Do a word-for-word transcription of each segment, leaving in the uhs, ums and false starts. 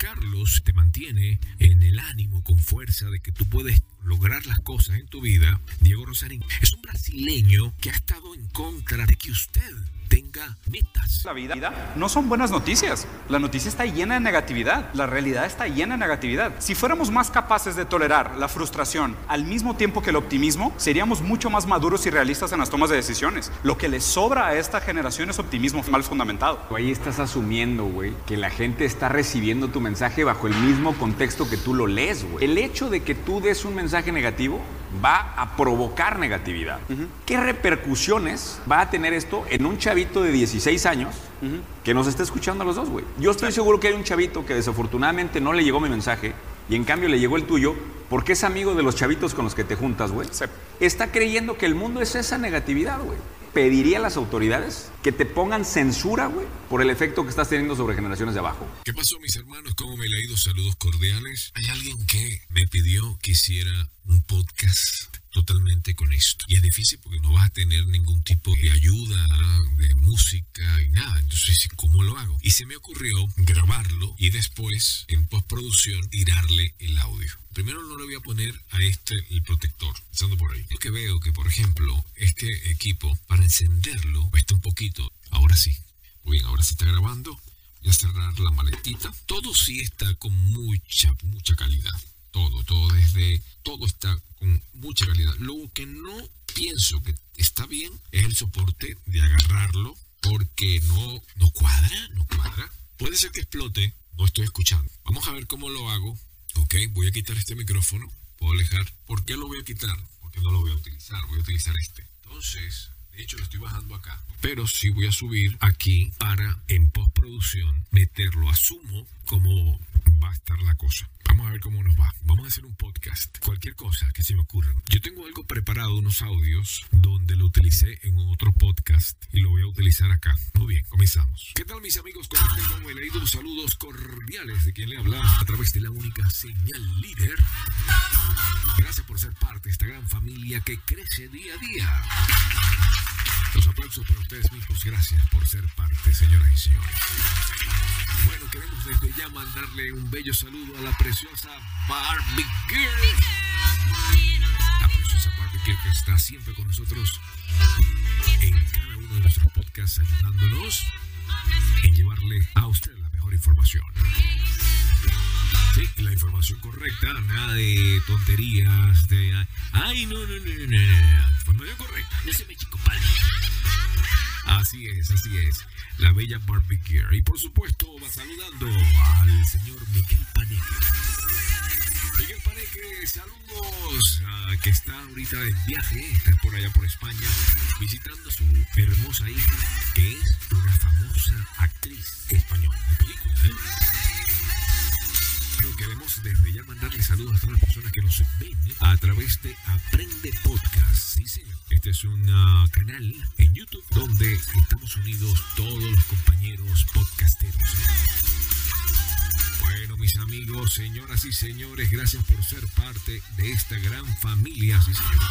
Carlos te mantiene en el ánimo con fuerza de que tú puedes lograr las cosas en tu vida. Diego Rosarín es un brasileño que ha estado en contra de que usted tenga metas. La vida no son buenas noticias. La noticia está llena de negatividad. La realidad está llena de negatividad. Si fuéramos más capaces de tolerar la frustración al mismo tiempo que el optimismo, seríamos mucho más maduros y realistas en las tomas de decisiones. Lo que le sobra a esta generación es optimismo mal fundamentado. Ahí estás asumiendo, güey, que la gente está recibiendo tu mensaje bajo el mismo contexto que tú lo lees, güey. El hecho de que tú des un mensaje negativo va a provocar negatividad. Uh-huh. ¿Qué repercusiones va a tener esto en un chavito de dieciséis años uh-huh. que nos está escuchando a los dos, güey? Yo estoy seguro que hay un chavito que desafortunadamente no le llegó mi mensaje y en cambio le llegó el tuyo porque es amigo de los chavitos con los que te juntas, güey. Sí. Está creyendo que el mundo es esa negatividad, güey. Pediría a las autoridades que te pongan censura, güey, por el efecto que estás teniendo sobre generaciones de abajo. ¿Qué pasó, mis hermanos? ¿Cómo me le ha ido? Saludos cordiales. Hay alguien que me pidió que hiciera un podcast totalmente con esto. Y es difícil porque no vas a tener ningún tipo de ayuda, de música y nada. Entonces, ¿cómo lo hago? Y se me ocurrió grabarlo y después, en postproducción, tirarle el audio. Primero no le voy a poner a este el protector, empezando por ahí. Es que veo que, por ejemplo, este equipo, para encenderlo, cuesta un poquito. Ahora sí. Muy bien, ahora sí está grabando. Voy a cerrar la maletita. Todo sí está con mucha, mucha calidad. Todo, todo desde... Todo está con mucha calidad. Lo que no pienso que está bien es el soporte de agarrarlo porque no, no cuadra, no cuadra. Puede ser que explote. No estoy escuchando. Vamos a ver cómo lo hago. Ok, voy a quitar este micrófono. Puedo alejar. ¿Por qué lo voy a quitar? Porque no lo voy a utilizar. Voy a utilizar este. Entonces, de hecho lo estoy bajando acá. Pero sí voy a subir aquí para, en postproducción, meterlo. Asumo cómo va a estar la cosa. Vamos a ver cómo nos va. Vamos a hacer un podcast. Cualquier cosa que se me ocurra. Yo tengo algo preparado, unos audios, donde lo utilicé en otro podcast y lo voy a utilizar acá. Muy bien, comenzamos. ¿Qué tal, mis amigos? ¿Cómo están? ¿Cómo me he leído? Saludos cordiales de quien le habla a través de la única señal líder. Gracias por ser parte de esta gran familia que crece día a día. Los aplausos para ustedes mismos. Gracias por ser parte, señoras y señores. Bueno, queremos desde ya mandarle un bello saludo a la preciosa Barbie Girl. La preciosa Barbie Girl que está siempre con nosotros en cada uno de nuestros podcasts, ayudándonos en llevarle a usted la mejor información. Sí, la información correcta, nada de tonterías, de... Ay, no, no, no, no, no, no, información correcta, no se me chico padre. Así es, así es, la bella Barbie Gear. Y por supuesto va saludando al señor Miguel Paneque. Miguel Paneque, saludos, uh, que está ahorita en viaje, está por allá por España, visitando a su hermosa hija, que es una famosa actriz española de película, ¿eh? Bueno, queremos desde ya mandarle saludos a todas las personas que nos ven, ¿eh? A través de Aprende Podcast. Sí, señor. Este es un uh, canal en YouTube donde estamos unidos todos los compañeros podcasteros, ¿eh? Bueno, mis amigos, señoras y señores, gracias por ser parte de esta gran familia. Sí, señor.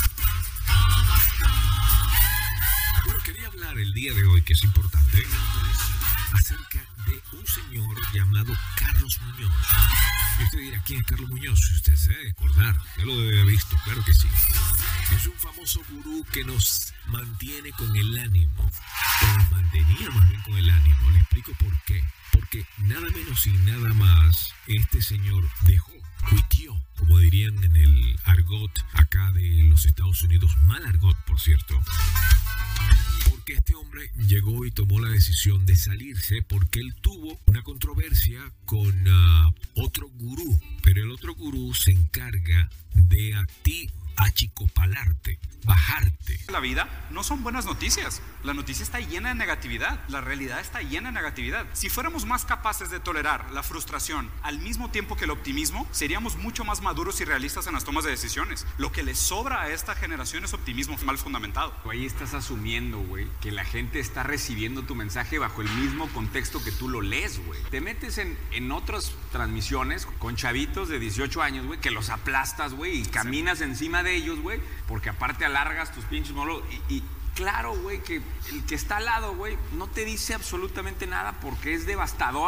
Bueno, quería hablar el día de hoy, que es importante, acerca de un señor llamado Carlos Muñoz. Y usted dirá, ¿quién es Carlos Muñoz? Usted se debe acordar, ya lo debe haber visto, claro que sí. Es un famoso gurú que nos mantiene con el ánimo, o nos mantenía más bien con el ánimo. Le explico por qué. Porque nada menos y nada más, este señor dejó, quitió, como dirían en el argot acá de los Estados Unidos, mal argot, por cierto. Porque este hombre llegó y tomó la decisión de salirse porque él tuvo una controversia con uh, otro gurú. Pero el otro gurú se encarga de a ti achicopalarte, bajarte. La vida no son buenas noticias. La noticia está llena de negatividad. La realidad está llena de negatividad. Si fuéramos más capaces de tolerar la frustración al mismo tiempo que el optimismo, seríamos mucho más maduros y realistas en las tomas de decisiones. Lo que le sobra a esta generación es optimismo mal fundamentado. Ahí estás asumiendo, güey, que la gente está recibiendo tu mensaje bajo el mismo contexto que tú lo lees, güey. Te metes en, en otras transmisiones con chavitos de dieciocho años, güey, que los aplastas, güey, y caminas sí. encima de ellos, güey, porque aparte alargas tus pinches monólogos y, y claro, güey, que el que está al lado, güey, no te dice absolutamente nada porque es devastador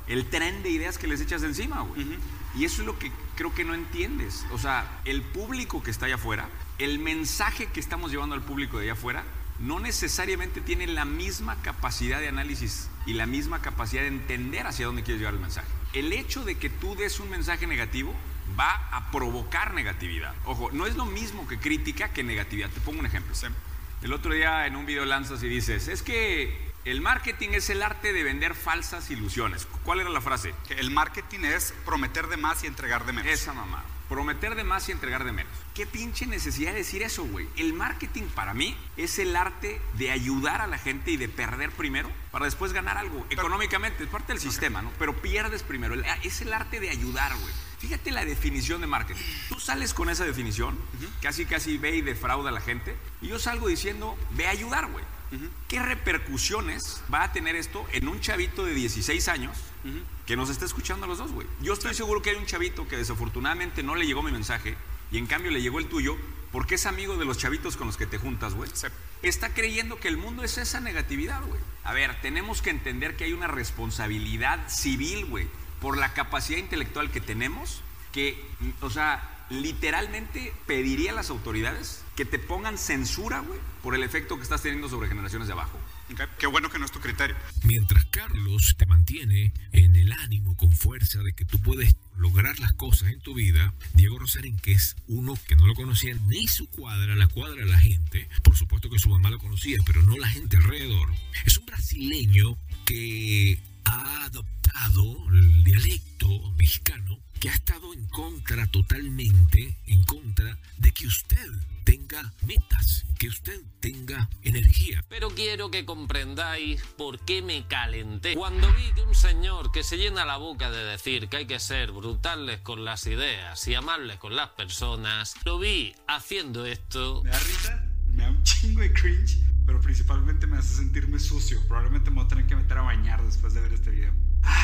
el tren de ideas que les echas encima, güey. Uh-huh. Y eso es lo que creo que no entiendes. O sea, el público que está allá afuera, el mensaje que estamos llevando al público de allá afuera, no necesariamente tiene la misma capacidad de análisis y la misma capacidad de entender hacia dónde quieres llevar el mensaje. El hecho de que tú des un mensaje negativo va a provocar negatividad. Ojo, no es lo mismo que crítica que negatividad. Te pongo un ejemplo. Sí. El otro día en un video lanzas y dices, es que el marketing es el arte de vender falsas ilusiones. ¿Cuál era la frase? Que el marketing es prometer de más y entregar de menos. Esa mamá. Prometer de más y entregar de menos. ¿Qué pinche necesidad de decir eso, güey? El marketing para mí es el arte de ayudar a la gente y de perder primero para después ganar algo. Pero, económicamente, es parte del okay. sistema, ¿no? Pero pierdes primero. Es el arte de ayudar, güey. Fíjate la definición de marketing. Tú sales con esa definición, uh-huh. casi casi ve y defrauda a la gente, y yo salgo diciendo, ve a ayudar, güey. Uh-huh. ¿Qué repercusiones va a tener esto en un chavito de dieciséis años uh-huh. que nos está escuchando a los dos, güey? Yo estoy sí. seguro que hay un chavito que desafortunadamente no le llegó mi mensaje y en cambio le llegó el tuyo porque es amigo de los chavitos con los que te juntas, güey. Sí. Está creyendo que el mundo es esa negatividad, güey. A ver, tenemos que entender que hay una responsabilidad civil, güey, por la capacidad intelectual que tenemos, que, o sea, literalmente pediría a las autoridades que te pongan censura, güey, por el efecto que estás teniendo sobre generaciones de abajo. Okay. Qué bueno que no es tu criterio. Mientras Carlos te mantiene en el ánimo, con fuerza de que tú puedes lograr las cosas en tu vida, Diego Rosarín, que es uno que no lo conocía ni su cuadra, la cuadra de la gente, por supuesto que su mamá lo conocía, pero no la gente alrededor, es un brasileño que ha adoptado el dialecto mexicano, que ha estado en contra, totalmente en contra de que usted tenga metas, que usted tenga energía. Pero quiero que comprendáis por qué me calenté cuando vi que un señor que se llena la boca de decir que hay que ser brutales con las ideas y amables con las personas, lo vi haciendo esto. Me da risa, me da un chingo de cringe, pero principalmente me hace sentirme sucio. Probablemente me voy a tener que meter a bañar después de ver este video.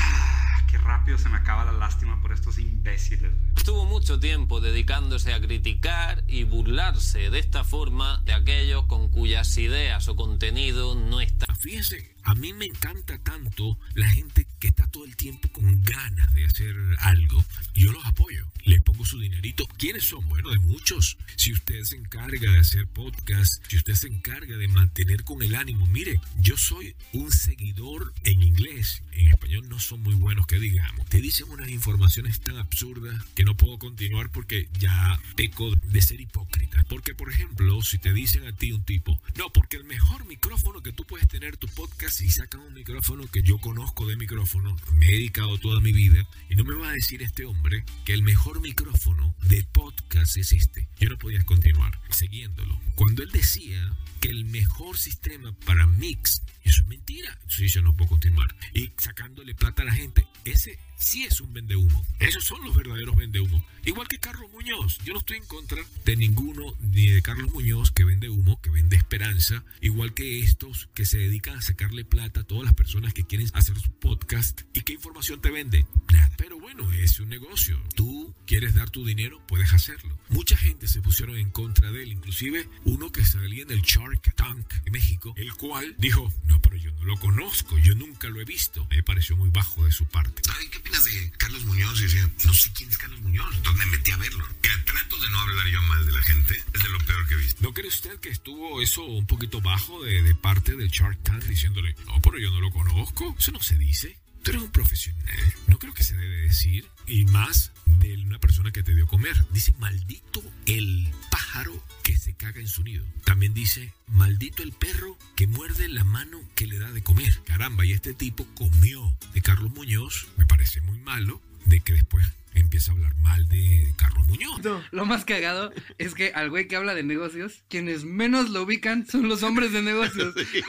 Ah, qué rápido se me acaba la lástima por estos imbéciles. Estuvo mucho tiempo dedicándose a criticar y burlarse de esta forma de aquellos con cuyas ideas o contenido no están. Fíjese, a mí me encanta tanto la gente que está todo el tiempo con ganas de hacer algo. Yo los apoyo, les pongo su dinerito. ¿Quiénes son? Bueno, de muchos. Si usted se encarga de hacer podcast, si usted se encarga de mantener con el ánimo, mire, yo soy un seguidor en inglés, en español no son muy buenos que digamos. Te dicen unas informaciones tan absurdas que no puedo continuar porque ya peco de ser hipócrita. Porque, por ejemplo, si te dicen a ti un tipo, no, porque el mejor micrófono que tú puedes tener tu podcast, y sacan un micrófono que yo conozco de micrófono, me he dedicado toda mi vida, y no me va a decir este hombre que el mejor micrófono de podcast es este. Yo no podía continuar siguiéndolo. Cuando él decía que el mejor sistema para mix, eso es mentira. Sí, yo no puedo continuar. Y sacándole plata a la gente, ese sí es un vendehumo. Esos son los verdaderos vendehumos. Igual que Carlos Muñoz. Yo no estoy en contra de ninguno, ni de Carlos Muñoz, que vende humo, que vende esperanza. Igual que estos que se dedican a sacarle plata a todas las personas que quieren hacer su podcast. ¿Y qué información te vende? Nada. Pero bueno, es un negocio. Tú quieres dar tu dinero, puedes hacerlo. Mucha gente se pusieron en contra de él. Inclusive uno que salía en el Shark Tank de México, el cual dijo, no, pero yo no lo conozco, yo nunca lo he visto. Me pareció muy bajo de su parte. Ay, ¿qué opinas de Carlos Muñoz? Y decía, no sé quién es Carlos Muñoz, entonces me metí a verlo. Mira, trato de no hablar yo mal de la gente, es de lo peor que he visto. ¿No cree usted que estuvo eso un poquito bajo de, de parte del Shark Tank diciéndole, no, pero yo no lo conozco? Eso no se dice. Tú eres un profesional, no creo que se debe decir, y más de una persona que te dio comer. Dice, maldito el pájaro que se caga en su nido. También dice, maldito el perro que muerde la mano que le da de comer. Caramba, y este tipo comió de Carlos Muñoz. Me parece muy malo de que después empieza a hablar mal de Carlos Muñoz. No, lo más cagado es que al güey que habla de negocios, quienes menos lo ubican son los hombres de negocios. Sí.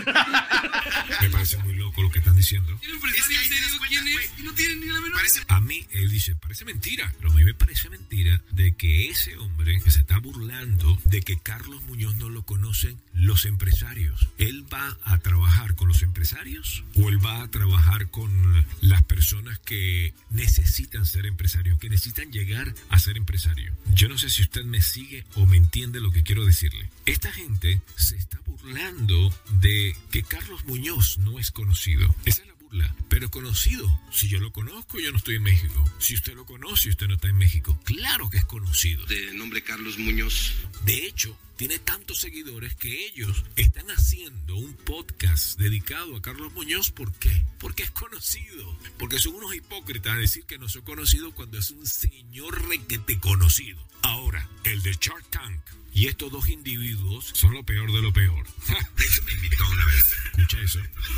Me parece muy loco lo que están diciendo. ¿Quién es quién es? Y no tienen ni la menor parece... A mí, él dice, parece mentira. Pero a mí me parece mentira de que ese hombre que se está burlando de que Carlos Muñoz no lo conocen los empresarios. ¿Él va a trabajar con los empresarios? ¿O él va a trabajar con las personas que necesitan ser empresarios, que necesitan llegar a ser empresarios? Yo no sé si usted me sigue o me entiende lo que quiero decirle. Esta gente se está burlando de que Carlos Muñoz no es conocido. Esa es la burla burla. Pero conocido, si yo lo conozco, yo no estoy en México. Si usted lo conoce, usted no está en México. Claro que es conocido. De nombre Carlos Muñoz. De hecho, tiene tantos seguidores que ellos están haciendo un podcast dedicado a Carlos Muñoz. ¿Por qué? Porque es conocido. Porque son unos hipócritas a decir que no soy conocido cuando es un señor requete conocido. Ahora, el de Shark Tank y estos dos individuos son lo peor de lo peor. De hecho, me invitó una vez. Escucha eso.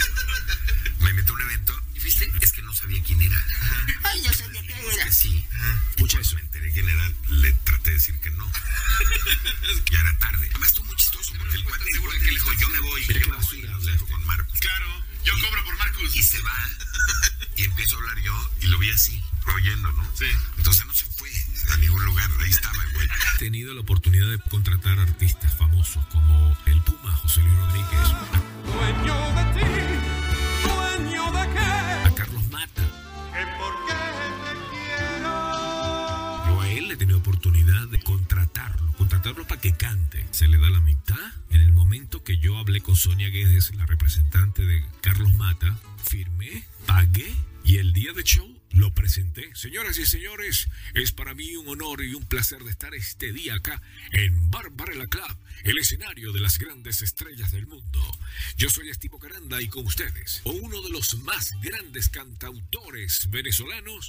Me invitó a un evento. ¿Y viste? Es que no sabía quién era. Ay, yo sabía quién era. Sí. Escucha eso. Me enteré quién era. Le traté de decir que no. Ya era tarde. Además, estuvo muy chistoso porque el cuate igual que le dijo, yo me voy. Mira yo qué me voy. basura Y los habla. dejo con Marcus. Claro, yo Y- cobro por Marcus. Y se va. Y empiezo a hablar yo y lo vi así, oyendo, ¿no? Sí. Entonces no se fue a ningún lugar. Ahí estaba el güey. He tenido la oportunidad de contratar artistas famosos como el Puma, José Luis Rodríguez, Dueño de ti, dueño de qué, a Carlos Mata. que por qué te quiero. Yo a él he tenido oportunidad de contratarlo, contratarlo para que cante. Se le da la mitad. En el momento que yo hablé con Sonia Guedes, la representante de Carlos Mata, firmé, pagué y el día de show lo presenté. Señoras y señores, es para mí un honor y un placer de estar este día acá en Barbarella Club, el escenario de las grandes estrellas del mundo. Yo soy Estivo Caranda y con ustedes, uno de los más grandes cantautores venezolanos,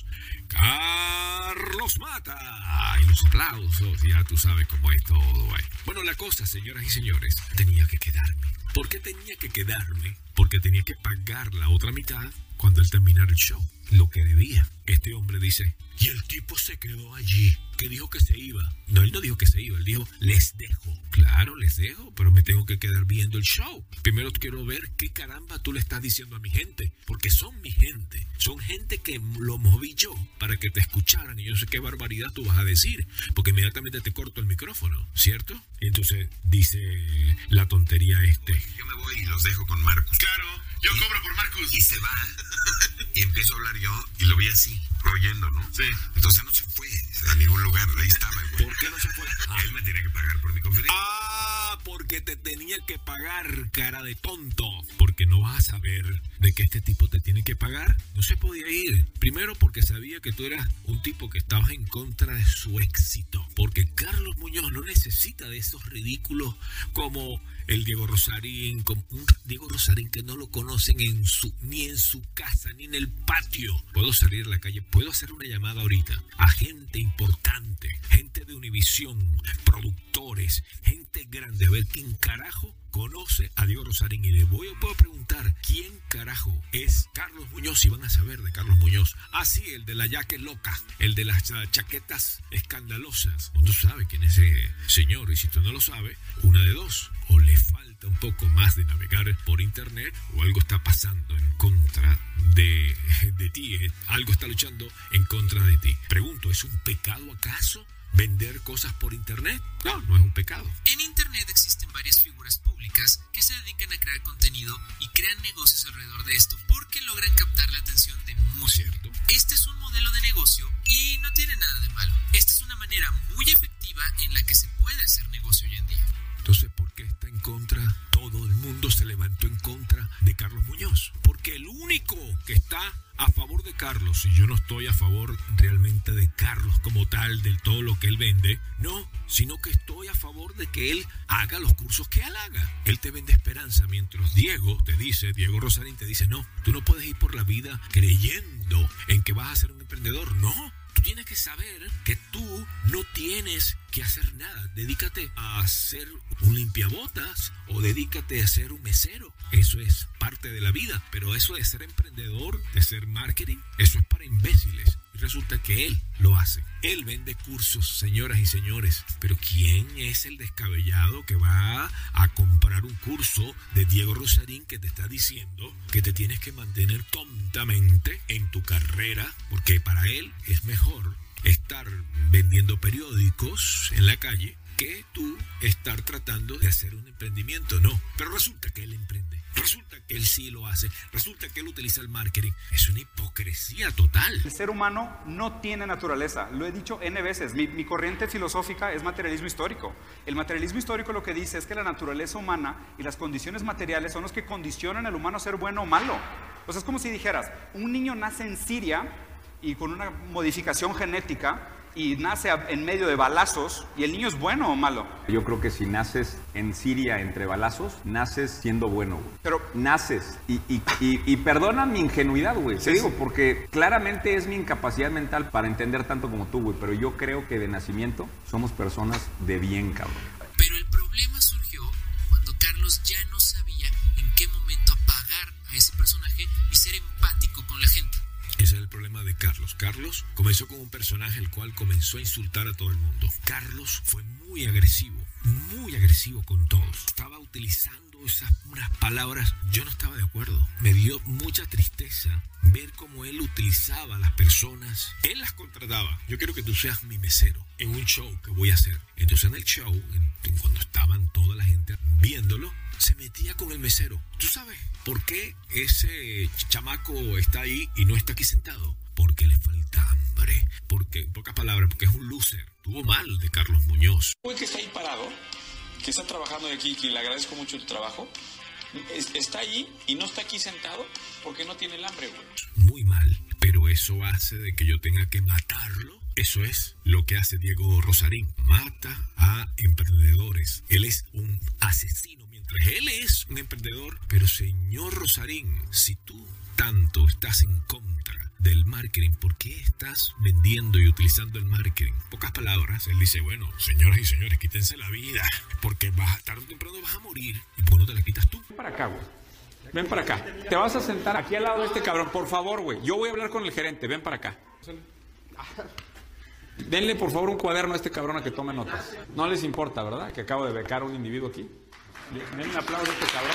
Carlos Mata. Y los aplausos, ya tú sabes cómo es todo ahí. Bueno, la cosa, señoras y señores, tenía que quedarme. ¿Por qué tenía que quedarme? Porque tenía que pagar la otra mitad cuando él terminara el show, lo que debía. Este hombre dice, y el tipo se quedó allí, que dijo que se iba. No, él no dijo que se iba, él dijo, les dejo. Claro, les dejo, pero me tengo que quedar viendo el show. Primero quiero ver qué caramba tú le estás diciendo a mi gente, porque son mi gente. Son gente que lo moví yo para que te escucharan y yo no sé qué barbaridad tú vas a decir, porque inmediatamente te corto el micrófono, ¿cierto? Y entonces dice la tontería este. Yo me voy y los dejo con Marcus. Claro, yo Y- cobro por Marcus. Y se va. Y empiezo a hablar yo y lo vi así, oyendo, ¿no? Sí. Entonces no se fue a ningún lugar. Ahí estaba el güey. ¿Por qué no se fue? Él me tenía que pagar por mi conferencia. Ah, porque te tenía que pagar, cara de tonto. Porque no vas a saber de que este tipo te tiene que pagar. No se podía ir. Primero porque sabía que tú eras un tipo que estabas en contra de su éxito. Porque Carlos Muñoz no necesita de esos ridículos como el Diego Rosarín, como un Diego Rosarín que no lo conocen en su, ni en su casa, ni en el patio. Puedo salir a la calle, puedo hacer una llamada ahorita a gente importante, gente de Univisión, productores, gente grande, a ver quién carajo conoce a Diego Rosarín y le voy a puedo preguntar quién carajo es Carlos Muñoz y van a saber de Carlos Muñoz. Así, el de la yaque loca, el de las uh, chaquetas escandalosas. Uno sabe quién es ese señor y si tú no lo sabes, una de dos, o le falta un poco más de navegar por internet o algo está pasando en contra de, de ti, eh. Algo está luchando en contra de ti. Pregunto, ¿es un pecado acaso vender cosas por internet? No, no es un pecado. En Internet existen varias figuras públicas que se dedican a crear contenido y crean negocios alrededor de esto porque logran captar la atención de muchos. Cierto. Este es un modelo de negocio y no tiene nada de malo. Esta es una manera muy efectiva en la que se puede hacer negocio hoy en día. Entonces, ¿por qué está en contra? Todo el mundo se levantó en contra de Carlos Muñoz. Porque el único que está a favor de Carlos, y yo no estoy a favor realmente de Carlos como tal, de todo lo que él vende, no, sino que estoy a favor de que él haga los cursos que él haga. Él te vende esperanza, mientras Diego te dice, Diego Rosarín te dice, no, tú no puedes ir por la vida creyendo en que vas a ser un emprendedor, no. Tú tienes que saber que tú no tienes que hacer nada. Dedícate a ser un limpiabotas o dedícate a ser un mesero. Eso es parte de la vida. Pero eso de ser emprendedor, de ser marketing, eso es para imbéciles. Y resulta que él lo hace. Él vende cursos, señoras y señores. Pero ¿quién es el descabellado que va a comprar un curso de Diego Rosarín que te está diciendo que te tienes que mantener tontamente en tu carrera? Porque para él es mejor estar vendiendo periódicos en la calle qué tú estar tratando de hacer un emprendimiento? No, pero resulta que él emprende. Resulta que él sí lo hace. Resulta que él utiliza el marketing. Es una hipocresía total. El ser humano no tiene naturaleza. Lo he dicho N veces. Mi, mi corriente filosófica es materialismo histórico. El materialismo histórico lo que dice es que la naturaleza humana y las condiciones materiales son los que condicionan al humano a ser bueno o malo. O sea, es como si dijeras, un niño nace en Siria y con una modificación genética y nace en medio de balazos, y el niño es bueno o malo. Yo creo que si naces en Siria entre balazos, naces siendo bueno, güey. Pero naces, y, y, y, y perdona mi ingenuidad, güey. Sí, Te digo, sí. porque claramente es mi incapacidad mental para entender tanto como tú, güey. Pero yo creo que de nacimiento somos personas de bien, cabrón. Pero el problema surgió cuando Carlos ya no sabía en qué momento apagar a ese personaje y ser empático con la gente. Ese es el problema de Carlos. Carlos comenzó con un personaje el cual comenzó a insultar a todo el mundo. Carlos fue muy agresivo, muy agresivo con todos. Estaba utilizando esas unas palabras, yo no estaba de acuerdo. Me dio mucha tristeza ver cómo él utilizaba a las personas. Él las contrataba. Yo quiero que tú seas mi mesero en un show que voy a hacer. Entonces en el show, en, cuando estaban toda la gente viéndolo, se metía con el mesero. ¿Tú sabes por qué ese chamaco está ahí y no está aquí sentado? Porque le falta hambre. Porque, en pocas palabras, porque es un loser. Tuvo mal de Carlos Muñoz. Güey que está ahí parado, que está trabajando de aquí, que le agradezco mucho tu trabajo, es, está ahí y no está aquí sentado porque no tiene el hambre, güey. Muy mal. Pero eso hace de que yo tenga que matarlo. Eso es lo que hace Diego Rosarín. Mata a emprendedores. Él es un asesino. Mientras él es un emprendedor. Pero señor Rosarín, si tú tanto estás en contra del marketing, ¿por qué estás vendiendo y utilizando el marketing? En pocas palabras, él dice, bueno, señoras y señores, quítense la vida. Porque vas, tarde o temprano vas a morir. ¿Y por qué no te la quitas tú? Ven para acá, güey. Ven para acá. Te vas a sentar aquí al lado de este cabrón, por favor, güey. Yo voy a hablar con el gerente. Ven para acá. Denle, por favor, un cuaderno a este cabrón a que tome notas. No les importa, ¿verdad? Que acabo de becar a un individuo aquí. Denle un aplauso a este cabrón.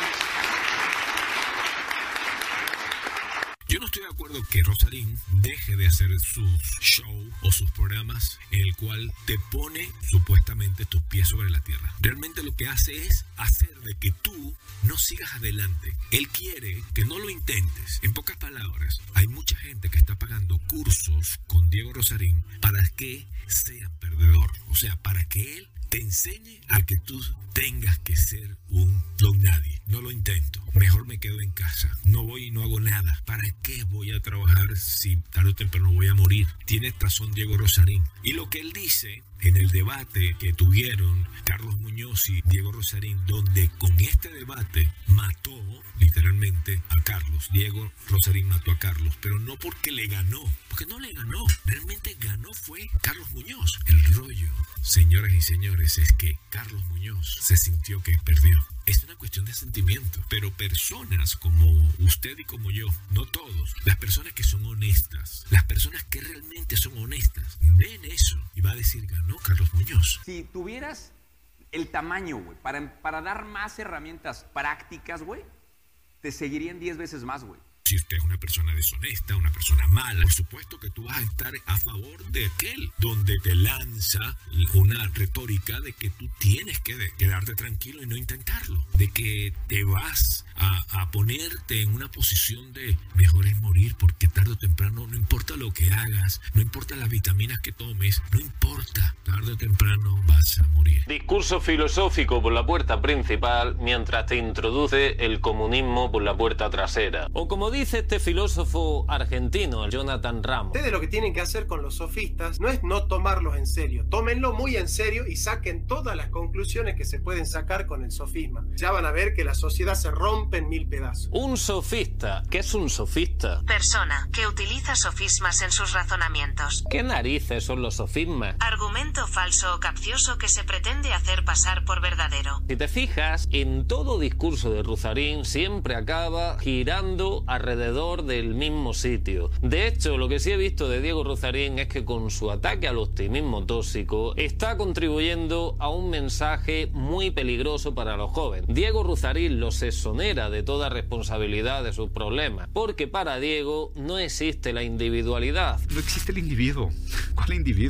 Yo no estoy de acuerdo que Rosarín deje de hacer sus shows o sus programas en el cual te pone supuestamente tus pies sobre la tierra. Realmente lo que hace es hacer de que tú no sigas adelante. Él quiere que no lo intentes. En pocas palabras, hay mucha gente que está pagando cursos con Diego Rosarín para que sea perdedor. O sea, para que él te enseñe a que tú tengas que ser un don nadie. No lo intento. Mejor me quedo en casa. No voy y no hago nada. ¿Para qué voy a trabajar si tarde o temprano voy a morir? Tiene razón Diego Rosarín. Y lo que él dice en el debate que tuvieron Carlos Muñoz y Diego Rosarín, donde con este debate mató literalmente a Carlos. Diego Rosarín mató a Carlos, pero no porque le ganó, porque no le ganó. Realmente ganó fue Carlos Muñoz. El rollo, señoras y señores, es que Carlos Muñoz se sintió que perdió. Es una cuestión de sentimiento, pero personas como usted y como yo, no todos, las personas que son honestas, las personas que realmente son honestas, ven eso y va a decir, ganó Carlos Muñoz. Si tuvieras el tamaño, güey, para, para dar más herramientas prácticas, güey, te seguirían diez veces más, güey. Si usted es una persona deshonesta, una persona mala, por supuesto que tú vas a estar a favor de aquel donde te lanza una retórica de que tú tienes que de, quedarte tranquilo y no intentarlo, de que te vas a, a ponerte en una posición de mejor es morir porque tarde o temprano, no importa lo que hagas, no importa las vitaminas que tomes, no importa, tarde o temprano vas a morir. Discurso filosófico por la puerta principal mientras te introduce el comunismo por la puerta trasera. O como dice este filósofo argentino, Jonathan Ramos. Ustedes lo que tienen que hacer con los sofistas no es no tomarlos en serio. Tómenlo muy en serio y saquen todas las conclusiones que se pueden sacar con el sofisma. Ya van a ver que la sociedad se rompe en mil pedazos. Un sofista. ¿Qué es un sofista? Persona que utiliza sofismas en sus razonamientos. ¿Qué narices son los sofismas? Argumento falso o capcioso que se pretende hacer pasar por verdadero. Si te fijas, en todo discurso de Rosarín siempre acaba girando alrededor del mismo sitio. De hecho, lo que sí he visto de Diego Rosarín es que con su ataque al optimismo tóxico está contribuyendo a un mensaje muy peligroso para los jóvenes. Diego Rosarín los exonera de toda responsabilidad de sus problemas, porque para Diego no existe la individualidad. No existe el individuo. ¿Cuál individuo?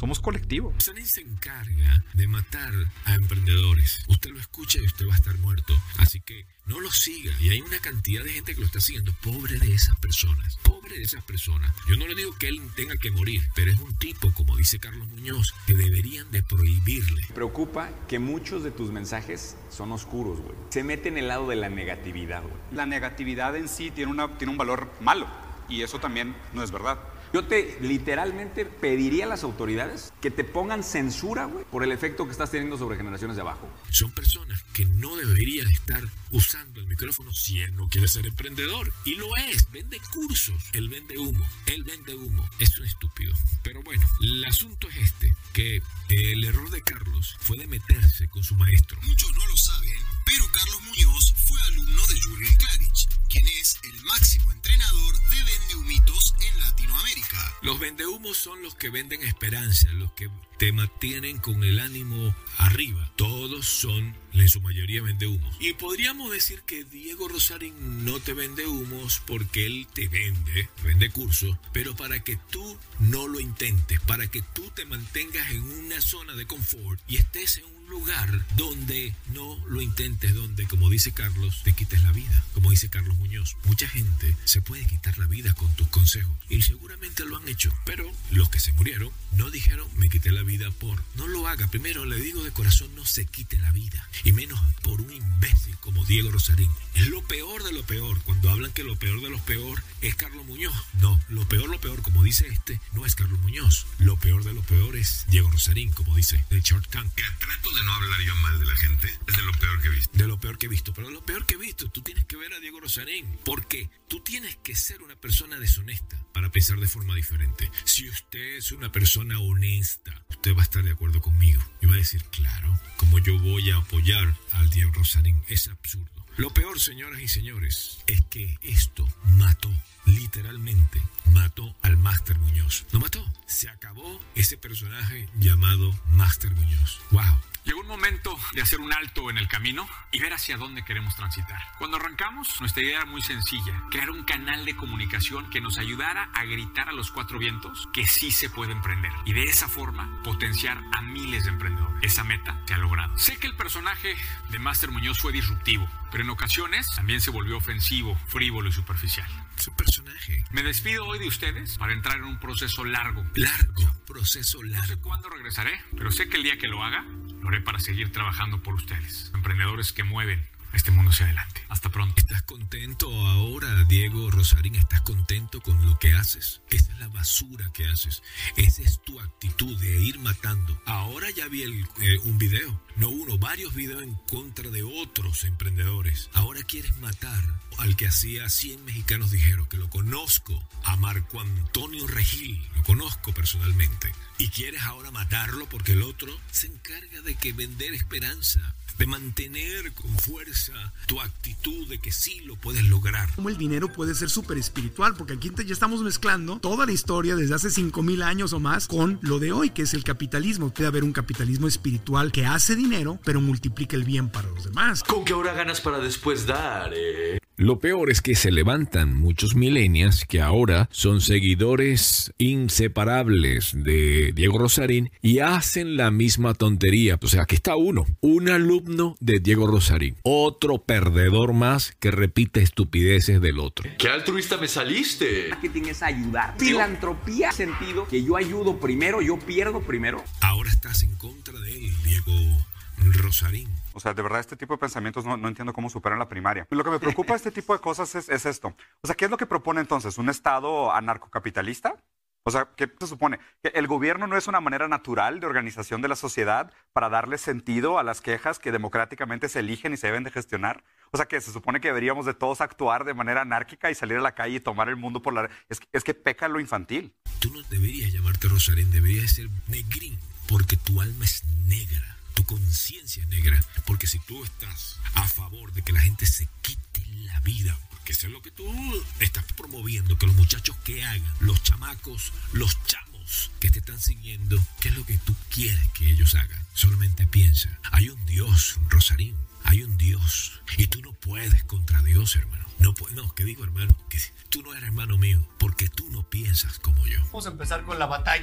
Somos colectivo. Rosarín se encarga de matar a emprendedores. Usted lo escucha y usted va a estar muerto. Así que no lo siga. Y hay una cantidad de gente que lo está siguiendo. Pobre de esas personas. Pobre de esas personas. Yo no le digo que él tenga que morir, pero es un tipo, como dice Carlos Muñoz, que deberían de prohibirle. Me preocupa que muchos de tus mensajes son oscuros, güey. Se mete en el lado de la negatividad, güey. La negatividad en sí tiene, una, tiene un valor malo. Y eso también no es verdad. Yo te literalmente pediría a las autoridades que te pongan censura, güey, por el efecto que estás teniendo sobre generaciones de abajo. Son personas que no deberían estar usando el micrófono si él no quiere ser emprendedor. Y lo es, vende cursos. Él vende humo, él vende humo. Es un estúpido. Pero bueno, el asunto es este, que el error de Carlos fue de meterse con su maestro. Muchos no lo saben, pero Carlos Muñoz fue alumno de Jürgen Klarich, quien es el máximo entrenador de vendehumitos en Latinoamérica. Los vendehumos son los que venden esperanza, los que te mantienen con el ánimo arriba. Todos son, en su mayoría, vendehumos. Y podríamos decir que Diego Rosarín no te vende humos porque él te vende, vende cursos, pero para que tú no lo intentes, para que tú te mantengas en una zona de confort y estés en un lugar donde no lo intentes, donde, como dice Carlos, te quites la vida. Como dice Carlos Muñoz, mucha gente se puede quitar la vida con tus consejos y seguramente lo han hecho, pero los que se murieron no dijeron me quité la vida por... No lo haga. Primero le digo de corazón, no se quite la vida, y menos por un imbécil como Diego Rosarín. Es lo peor de lo peor. Cuando hablan que lo peor de lo peor es Carlos Muñoz, no, lo peor lo peor, como dice este, no es Carlos Muñoz. Lo peor de lo peor es Diego Rosarín, como dice de Shark Tank. Mira, trato de no hablar yo mal de la gente, es de lo peor que he visto. De lo peor que he visto, pero de lo peor que he visto, tú tienes que ver a Diego Rosarín, porque tú tienes que ser una persona deshonesta para pensar de forma diferente. Si usted es una persona honesta, usted va a estar de acuerdo conmigo y va a decir, claro, como yo voy a apoyar al Diego Rosarín, es absurdo. Lo peor, señoras y señores, es que esto mató, literalmente mató al Máster Muñoz. Lo mató. Se acabó ese personaje llamado Máster Muñoz. ¡Wow! Llegó un momento de hacer un alto en el camino y ver hacia dónde queremos transitar. Cuando arrancamos, nuestra idea era muy sencilla: crear un canal de comunicación que nos ayudara a gritar a los cuatro vientos que sí se puede emprender y de esa forma potenciar a miles de emprendedores. Esa meta se ha logrado. Sé que el personaje de Máster Muñoz fue disruptivo, pero en ocasiones también se volvió ofensivo, frívolo y superficial. Su personaje. Me despido hoy de ustedes para entrar en un proceso largo. Largo, proceso largo. No sé cuándo regresaré, pero sé que el día que lo haga, lo haré para seguir trabajando por ustedes. Emprendedores que mueven a este mundo hacia adelante. Hasta pronto. ¿Estás contento ahora, Diego Rosarín? ¿Estás contento con lo que haces? Esa es la basura que haces. Esa es tu actitud de ir matando. Ahora ya vi el, eh, un video, no uno, varios videos en contra de otros emprendedores. Ahora quieres matar al que hacía cien mexicanos dijeron, que lo conozco, a Marco Antonio Regil, lo conozco personalmente. Y quieres ahora matarlo porque el otro se encarga de que vender esperanza, de mantener con fuerza tu actitud de que sí lo puedes lograr. Como el dinero puede ser súper espiritual, porque aquí ya estamos mezclando toda la historia desde hace cinco mil años o más con lo de hoy, que es el capitalismo. Puede haber un capitalismo espiritual que hace dinero, pero multiplica el bien para los demás. Con que ahora ganas para después dar, eh... Lo peor es que se levantan muchos millennials que ahora son seguidores inseparables de Diego Rosarín y hacen la misma tontería. O sea, aquí está uno, un alumno de Diego Rosarín, otro perdedor más que repite estupideces del otro. ¡Qué altruista me saliste! Marketing es ayudar. Filantropía, sentido que yo ayudo primero, yo pierdo primero. Ahora estás en contra de él, Diego Rosarín. O sea, de verdad, este tipo de pensamientos no, no entiendo cómo superan la primaria. Lo que me preocupa de este tipo de cosas es, es esto. O sea, ¿qué es lo que propone entonces? ¿Un Estado anarcocapitalista? O sea, ¿qué se supone? ¿Que el gobierno no es una manera natural de organización de la sociedad para darle sentido a las quejas que democráticamente se eligen y se deben de gestionar? O sea, que se supone que deberíamos de todos actuar de manera anárquica y salir a la calle y tomar el mundo por la... Es que, es que peca lo infantil. Tú no deberías llamarte Rosarín, deberías ser negrín, porque tu alma es negra. Tu conciencia es negra, porque si tú estás a favor de que la gente se quite la vida, porque eso es lo que tú estás promoviendo, que los muchachos que hagan, los chamacos, los chamos que te están siguiendo, ¿qué es lo que tú quieres que ellos hagan? Solamente piensa, hay un Dios, Rosarín, hay un Dios, y tú no puedes contra Dios, hermano. No, no, ¿qué digo, hermano? Que tú no eres hermano mío, porque tú no piensas como yo. Vamos a empezar con la batalla.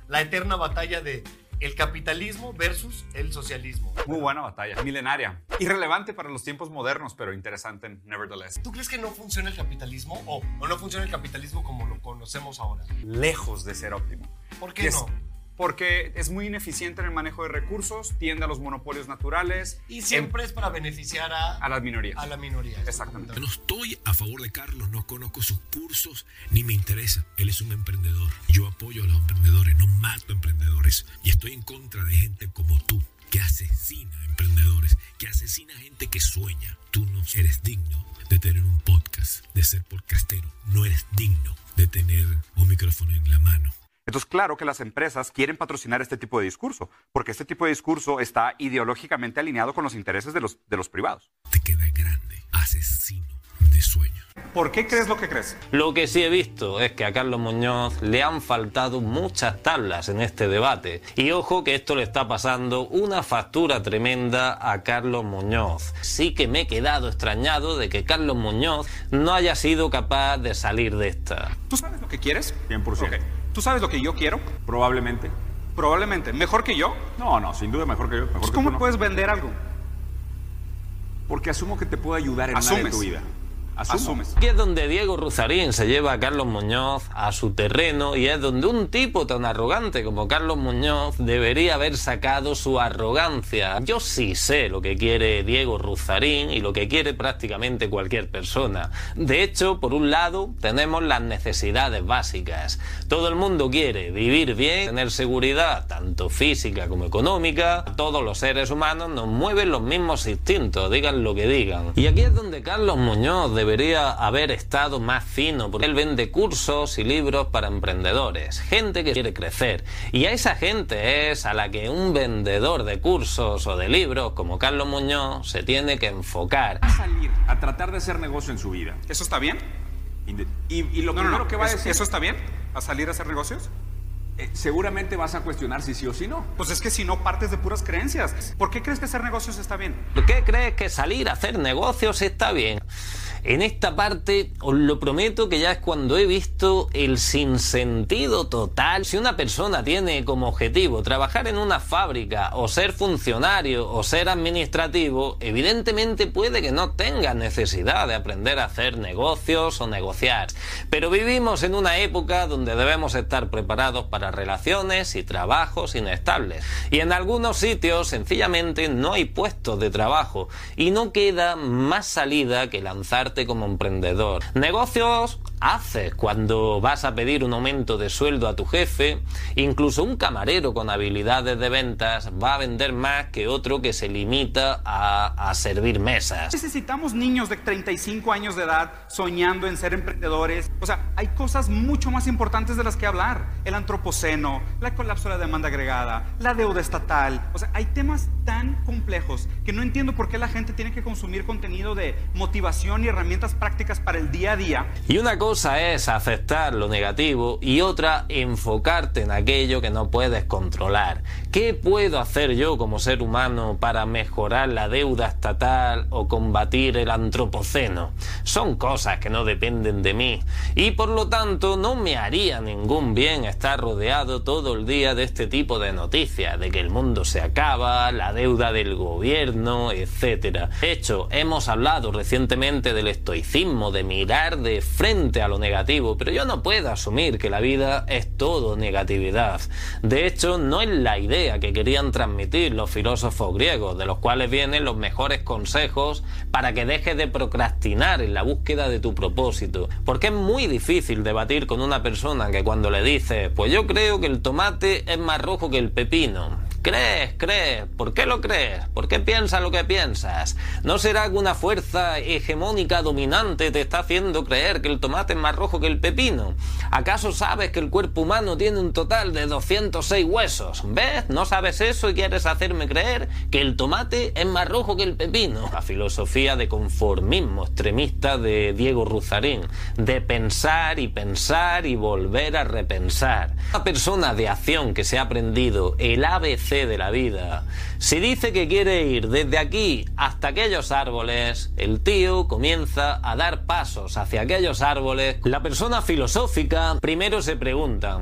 la eterna batalla de el capitalismo versus el socialismo. Muy buena batalla, milenaria. Irrelevante para los tiempos modernos, pero interesante, nevertheless. ¿Tú crees que no funciona el capitalismo o, o no funciona el capitalismo como lo conocemos ahora? Lejos de ser óptimo. ¿Por qué no? Porque es muy ineficiente en el manejo de recursos, tiende a los monopolios naturales. Y siempre en, es para beneficiar a, a las minorías. A la minoría. Exactamente. Yo no estoy a favor de Carlos, no conozco sus cursos, ni me interesa. Él es un emprendedor. Yo apoyo a los emprendedores, no mato emprendedores. Y estoy en contra de gente como tú, que asesina a emprendedores, que asesina a gente que sueña. Tú no eres digno de tener un podcast, de ser podcastero. No eres digno de tener un micrófono en la mano. Entonces, claro que las empresas quieren patrocinar este tipo de discurso, porque este tipo de discurso está ideológicamente alineado con los intereses de los, de los privados. Te queda grande, asesino de sueños. ¿Por qué crees lo que crees? Lo que sí he visto es que a Carlos Muñoz le han faltado muchas tablas en este debate. Y ojo que esto le está pasando una factura tremenda a Carlos Muñoz. Sí que me he quedado extrañado de que Carlos Muñoz no haya sido capaz de salir de esta. ¿Tú sabes lo que quieres? cien por ciento. Okay. ¿Tú sabes lo que yo quiero? Probablemente. Probablemente. ¿Mejor que yo? No, no, sin duda mejor que yo. Mejor pues que ¿Cómo tú, no. puedes vender algo? Porque asumo que te puedo ayudar en Asumes. una de tu vida. Asumo. Asumes. Aquí es donde Diego Ruzarín se lleva a Carlos Muñoz a su terreno y es donde un tipo tan arrogante como Carlos Muñoz debería haber sacado su arrogancia. Yo sí sé lo que quiere Diego Ruzarín y lo que quiere prácticamente cualquier persona. De hecho, por un lado, tenemos las necesidades básicas. Todo el mundo quiere vivir bien, tener seguridad, tanto física como económica. Todos los seres humanos nos mueven los mismos instintos, digan lo que digan. Y aquí es donde Carlos Muñoz debe debería haber estado más fino, porque él vende cursos y libros para emprendedores, gente que quiere crecer, y a esa gente es a la que un vendedor de cursos o de libros como Carlos Muñoz se tiene que enfocar. A salir, a tratar de hacer negocio en su vida. ¿Eso está bien? Y, y lo no, primero no, no. que va a ¿Eso, decir... ¿Eso está bien? ¿A salir a hacer negocios? Eh, seguramente vas a cuestionar si sí o si no. Pues es que si no partes de puras creencias. ¿Por qué crees que hacer negocios está bien? ¿Por qué crees que salir a hacer negocios está bien? En esta parte os lo prometo que ya es cuando he visto el sinsentido total. Si una persona tiene como objetivo trabajar en una fábrica o ser funcionario o ser administrativo, evidentemente puede que no tenga necesidad de aprender a hacer negocios o negociar. Pero vivimos en una época donde debemos estar preparados para relaciones y trabajos inestables. Y en algunos sitios sencillamente no hay puestos de trabajo y no queda más salida que lanzarte como emprendedor. Negocios haces cuando vas a pedir un aumento de sueldo a tu jefe. Incluso un camarero con habilidades de ventas va a vender más que otro que se limita a, a servir mesas. Necesitamos niños de treinta y cinco años de edad soñando en ser emprendedores. O sea, hay cosas mucho más importantes de las que hablar. El antropoceno, la colapso de la demanda agregada, la deuda estatal. O sea, hay temas tan complejos que no entiendo por qué la gente tiene que consumir contenido de motivación y herramientas prácticas para el día a día. Y una cosa es aceptar lo negativo y otra enfocarte en aquello que no puedes controlar. ¿Qué puedo hacer yo como ser humano para mejorar la deuda estatal o combatir el antropoceno? Son cosas que no dependen de mí y por lo tanto no me haría ningún bien estar rodeado todo el día de este tipo de noticias, de que el mundo se acaba, la deuda del gobierno, etcétera. De hecho, hemos hablado recientemente del estoicismo, de mirar de frente a lo negativo, pero yo no puedo asumir que la vida es todo negatividad. De hecho, no es la idea que querían transmitir los filósofos griegos, de los cuales vienen los mejores consejos para que dejes de procrastinar en la búsqueda de tu propósito. Porque es muy difícil debatir con una persona que cuando le dices, pues yo creo que el tomate es más rojo que el pepino. ¿Crees? ¿Crees? ¿Por qué lo crees? ¿Por qué piensas lo que piensas? ¿No será que una fuerza hegemónica dominante te está haciendo creer que el tomate es más rojo que el pepino? ¿Acaso sabes que el cuerpo humano tiene un total de doscientos seis huesos? ¿Ves? ¿No sabes eso y quieres hacerme creer que el tomate es más rojo que el pepino? La filosofía de conformismo extremista de Diego Ruzarín, de pensar y pensar y volver a repensar. Una persona de acción que se ha aprendido el A B C de la vida, si dice que quiere ir desde aquí hasta aquellos árboles, el tío comienza a dar pasos hacia aquellos árboles. La persona filosófica primero se pregunta,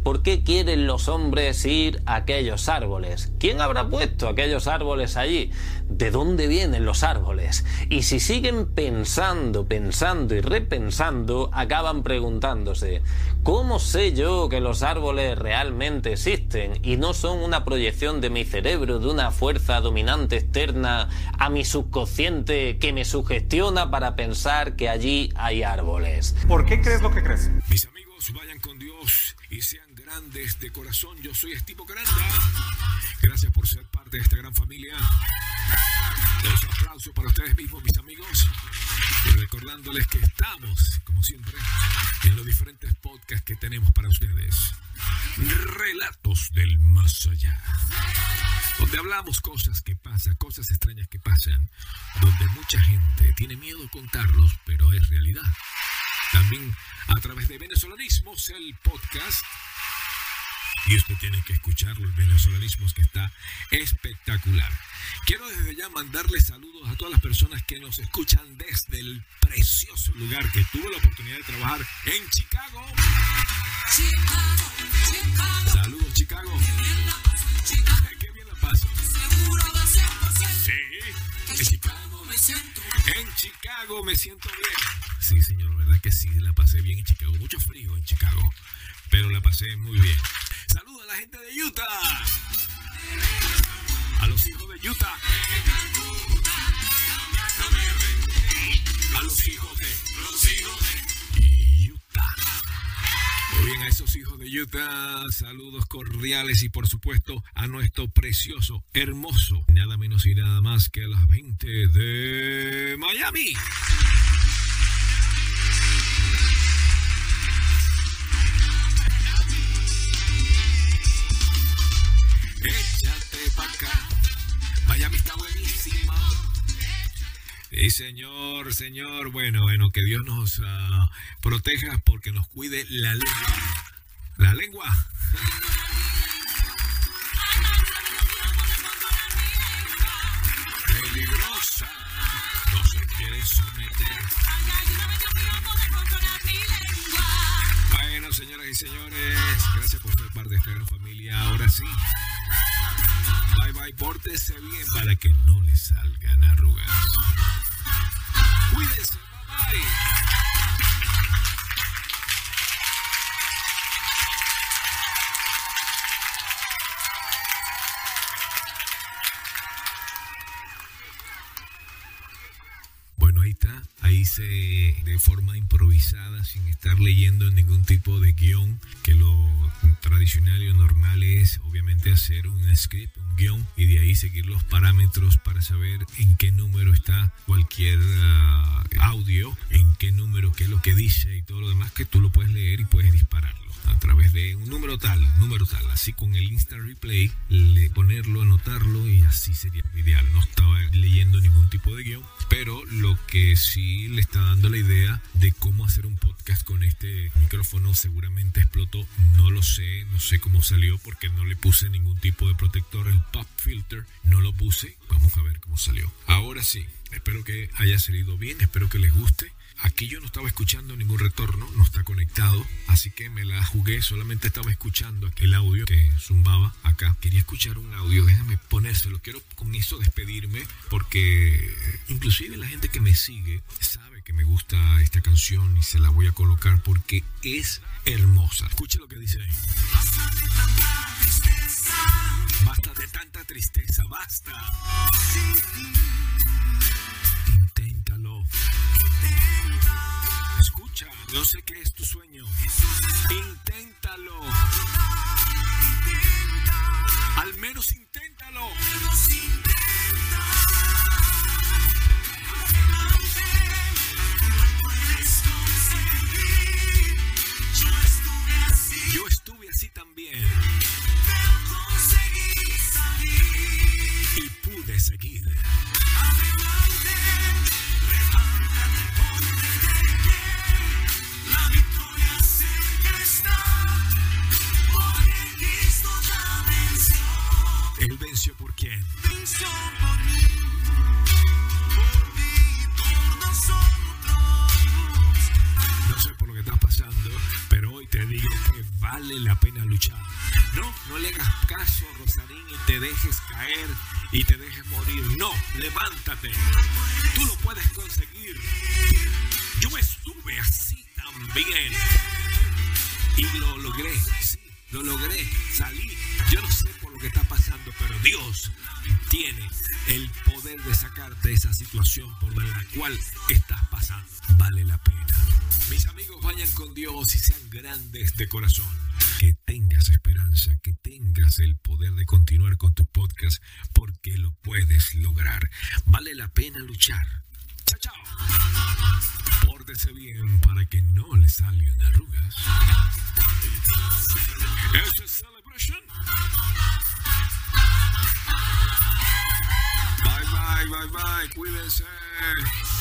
¿por qué quieren los hombres ir a aquellos árboles? ¿Quién habrá puesto aquellos árboles allí? ¿De dónde vienen los árboles? Y si siguen pensando, pensando y repensando, acaban preguntándose, ¿cómo sé yo que los árboles realmente existen y no son una proyección de mi cerebro, de una fuerza dominante externa a mi subconsciente que me sugestiona para pensar que allí hay árboles? ¿Por qué crees lo que crees? Mis amigos, vayan con Dios y sean grandes de corazón. Yo soy Estivo Granda. Gracias por ser parte de esta gran familia. Los aplausos para ustedes mismos, mis amigos. Y recordándoles que estamos, como siempre, en los diferentes podcasts que tenemos para ustedes. Relatos del más allá. Donde hablamos cosas que pasan, cosas extrañas que pasan. Donde mucha gente tiene miedo de contarlos, pero es realidad. También a través de Venezolanismos, el podcast. Y usted tiene que escucharlo, el Venezolanismos, que está espectacular. Quiero desde ya mandarles saludos a todas las personas que nos escuchan desde el precioso lugar que tuve la oportunidad de trabajar en Chicago. Chicago, Chicago. Saludos, Chicago. Qué bien la paso. Sí, en Chicago me siento. En Chicago me siento bien. Sí, señor, verdad que sí, la pasé bien en Chicago. Mucho frío en Chicago, pero la pasé muy bien. Saludos a la gente de Utah. A los hijos de Utah. A los hijos de, los hijos de Utah. Muy bien, a esos hijos de Utah, saludos cordiales y por supuesto a nuestro precioso, hermoso, nada menos y nada más que a la gente de Miami. Échate pa' acá, Miami está buenísima. Sí, señor, señor, bueno, bueno, que Dios nos uh, proteja porque nos cuide la lengua. La lengua. Peligrosa, no se quiere someter. Bueno, señoras y señores, gracias por ser parte de esta gran familia. Ahora sí, bye bye, pórtese bien para que no le salgan arrugas. Cuídense, bye bye. Bueno, ahí está, ahí se de forma improvisada, sin estar leyendo ningún tipo de guión, que lo tradicional y lo normal es obviamente hacer un script, un guión, y de ahí seguir los parámetros para saber en qué número está cualquier uh, audio, en qué número, qué es lo que dice y todo lo demás, que tú lo puedes leer y puedes dispararlo a través de un número tal, número tal, así con el Instant Replay, le, ponerlo, anotarlo y así sería ideal. No estaba leyendo ningún tipo de guión, pero lo que sí le está dando la idea de cómo hacer un podcast con este micrófono seguramente explotó, no lo sé, no sé cómo salió porque no le puse ningún tipo de protector, el pop filter, no lo puse, vamos a ver cómo salió. Ahora sí, espero que haya salido bien, espero que les guste. Aquí yo no estaba escuchando ningún retorno, no está conectado, así que me la jugué, solamente estaba escuchando el audio que zumbaba acá. Quería escuchar un audio, déjame ponérselo, quiero con eso despedirme, porque inclusive la gente que me sigue sabe que me gusta esta canción y se la voy a colocar porque es hermosa. Escuche lo que dice ahí. Basta de tanta tristeza, basta. Inténtalo. Escucha, no sé qué es tu sueño. Inténtalo. Al menos inténtalo. Yo estuve así también. Y pude seguir. ¿Él venció por quién? Venció por mí, por mí, por nosotros. No sé por lo que estás pasando, pero hoy te digo que vale la pena luchar. luchar. No, no le hagas caso, Rosarín, y te dejes caer y te dejes morir. No, levántate. Tú lo puedes conseguir. Yo estuve así también y lo logré. Sí, lo logré. Salí. Yo no sé por lo que está pasando, pero Dios tiene el poder de sacarte de esa situación por la cual estás pasando. Vale la pena. Mis amigos, vayan con Dios y sean grandes de corazón. Que tengas esperanza, que tengas el poder de continuar con tu podcast, porque lo puedes lograr. Vale la pena luchar. Chao, chao. Pórtese bien para que no le salgan arrugas. Eso es Celebration. Bye, bye, bye, bye. Cuídense.